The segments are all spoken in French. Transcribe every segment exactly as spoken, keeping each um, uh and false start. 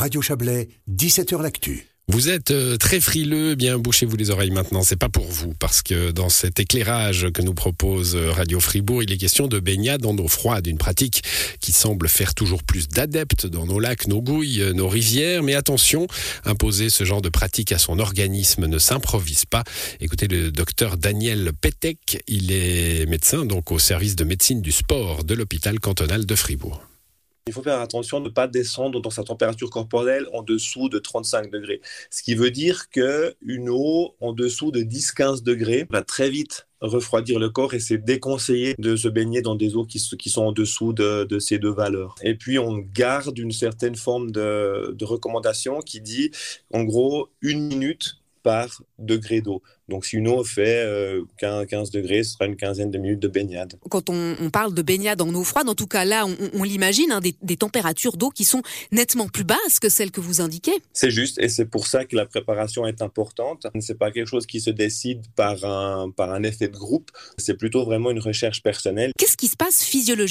Radio Chablais, dix-sept heures l'actu. Vous êtes euh, très frileux, eh bien bouchez-vous les oreilles maintenant, c'est pas pour vous, parce que dans cet éclairage que nous propose Radio Fribourg, il est question de baignade en eau froide, une pratique qui semble faire toujours plus d'adeptes dans nos lacs, nos gouilles, nos rivières, mais attention, imposer ce genre de pratique à son organisme ne s'improvise pas. Écoutez le docteur Daniel Petek, il est médecin donc au service de médecine du sport de l'hôpital cantonal de Fribourg. Il faut faire attention de ne pas descendre dans sa température corporelle en dessous de trente-cinq degrés. Ce qui veut dire qu'une eau en dessous de dix à quinze degrés va très vite refroidir le corps et c'est déconseillé de se baigner dans des eaux qui, qui sont en dessous de, de ces deux valeurs. Et puis on garde une certaine forme de, de recommandation qui dit en gros une minute par degré d'eau. Donc si une eau fait euh, quinze degrés, ce sera une quinzaine de minutes de baignade. Quand on, on parle de baignade en eau froide, en tout cas là, on, on l'imagine, hein, des, des températures d'eau qui sont nettement plus basses que celles que vous indiquez. C'est juste, et c'est pour ça que la préparation est importante. Ce n'est pas quelque chose qui se décide par un, par un effet de groupe, c'est plutôt vraiment une recherche personnelle. Qu'est-ce qui se passe physiologiquement ?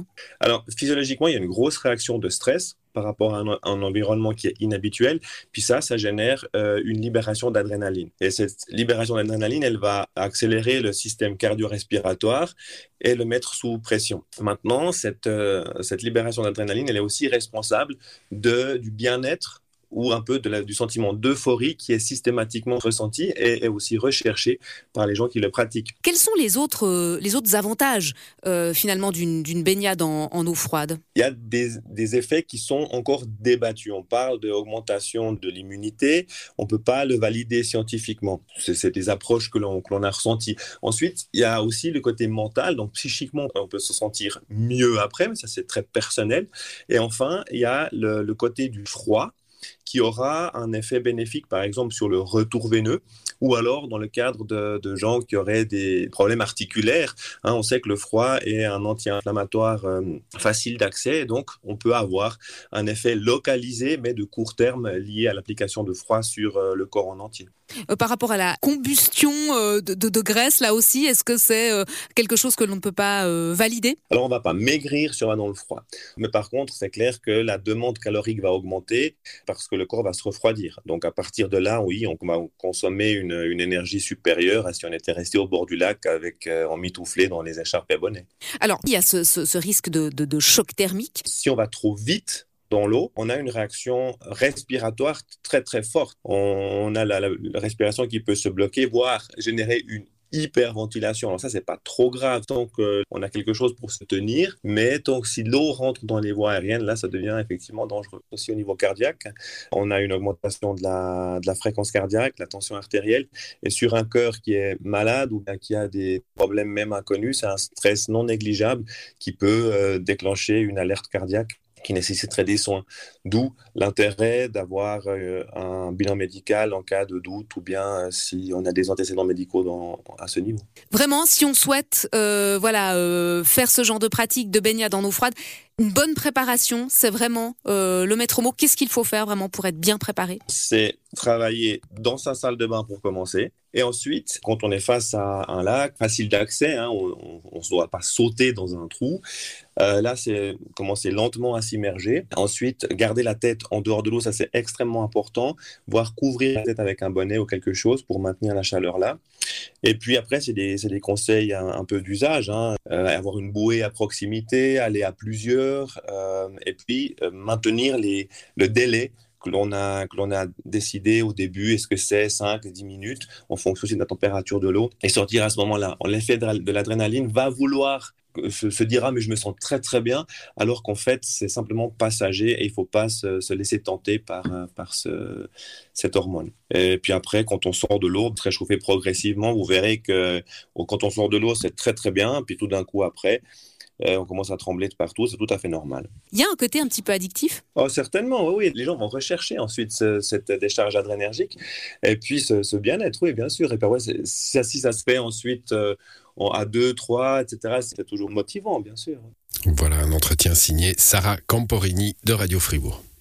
Alors, physiologiquement, il y a une grosse réaction de stress par rapport à un, un environnement qui est inhabituel. Puis ça, ça génère euh, une libération d'adrénaline. Et cette libération d'adrénaline, elle va accélérer le système cardio-respiratoire et le mettre sous pression. Maintenant, cette, euh, cette libération d'adrénaline, elle est aussi responsable de, du bien-être ou un peu de la, du sentiment d'euphorie qui est systématiquement ressenti et est aussi recherché par les gens qui le pratiquent. Quels sont les autres, euh, les autres avantages euh, finalement d'une, d'une baignade en, en eau froide ? Il y a des, des effets qui sont encore débattus. On parle d'augmentation de l'immunité, on ne peut pas le valider scientifiquement. C'est, c'est des approches que l'on, que l'on a ressenties. Ensuite, il y a aussi le côté mental, donc psychiquement, on peut se sentir mieux après, mais ça c'est très personnel. Et enfin, il y a le, le côté du froid, qui aura un effet bénéfique, par exemple, sur le retour veineux, ou alors dans le cadre de, de gens qui auraient des problèmes articulaires. Hein, on sait que le froid est un anti-inflammatoire euh, facile d'accès, donc on peut avoir un effet localisé, mais de court terme, lié à l'application de froid sur euh, le corps en entier. Euh, par rapport à la combustion euh, de, de, de graisse, là aussi, est-ce que c'est euh, quelque chose que l'on ne peut pas euh, valider ? Alors, on ne va pas maigrir sur un dans le froid. Mais par contre, c'est clair que la demande calorique va augmenter parce que le corps va se refroidir. Donc, à partir de là, oui, on va consommer une, une énergie supérieure à si on était resté au bord du lac avec euh, emmitouflé dans les écharpes et bonnets. Alors, il y a ce, ce, ce risque de, de, de choc thermique. Si on va trop vite dans l'eau, on a une réaction respiratoire très très forte. On a la, la, la respiration qui peut se bloquer, voire générer une hyperventilation. Alors ça, c'est pas trop grave tant qu'on a quelque chose pour se tenir, mais tant que si l'eau rentre dans les voies aériennes, là, ça devient effectivement dangereux. Aussi au niveau cardiaque, on a une augmentation de la, de la fréquence cardiaque, la tension artérielle, et sur un cœur qui est malade ou bien qui a des problèmes même inconnus, c'est un stress non négligeable qui peut euh, déclencher une alerte cardiaque qui nécessiterait des soins. D'où l'intérêt d'avoir euh, un bilan médical en cas de doute ou bien euh, si on a des antécédents médicaux dans, à ce niveau. Vraiment, si on souhaite euh, voilà, euh, faire ce genre de pratique de baignade en eau froide, une bonne préparation, c'est vraiment euh, le maître mot. Qu'est-ce qu'il faut faire vraiment pour être bien préparé ? C'est travailler dans sa salle de bain pour commencer. Et ensuite, quand on est face à un lac, facile d'accès, hein, on ne se doit pas sauter dans un trou. Euh, là, c'est commencer lentement à s'immerger. Ensuite, garder la tête en dehors de l'eau, ça c'est extrêmement important. Voire couvrir la tête avec un bonnet ou quelque chose pour maintenir la chaleur là. Et puis après, c'est des, c'est des conseils un, un peu d'usage. Hein. Euh, avoir une bouée à proximité, aller à plusieurs. Euh, et puis, euh, maintenir les, le délai que l'on a, que l'on a décidé au début, est-ce que c'est cinq à dix minutes, en fonction aussi de la température de l'eau, et sortir à ce moment-là. L'effet de l'adrénaline va vouloir se, se dire « Ah, mais je me sens très très bien », alors qu'en fait, c'est simplement passager et il ne faut pas se, se laisser tenter par, par ce, cette hormone. Et puis après, quand on sort de l'eau, se réchauffer progressivement, vous verrez que quand on sort de l'eau, c'est très très bien, puis tout d'un coup après, Euh, on commence à trembler de partout, c'est tout à fait normal. Il y a un côté un petit peu addictif ? Oh, certainement, oui, oui. Les gens vont rechercher ensuite ce, cette décharge adrénergique et puis ce, ce bien-être, oui, bien sûr. Et puis, ouais, c'est, ça, si ça se fait ensuite euh, à deux, trois, et cetera, c'est toujours motivant, bien sûr. Voilà un entretien signé Sarah Camporini de Radio Fribourg.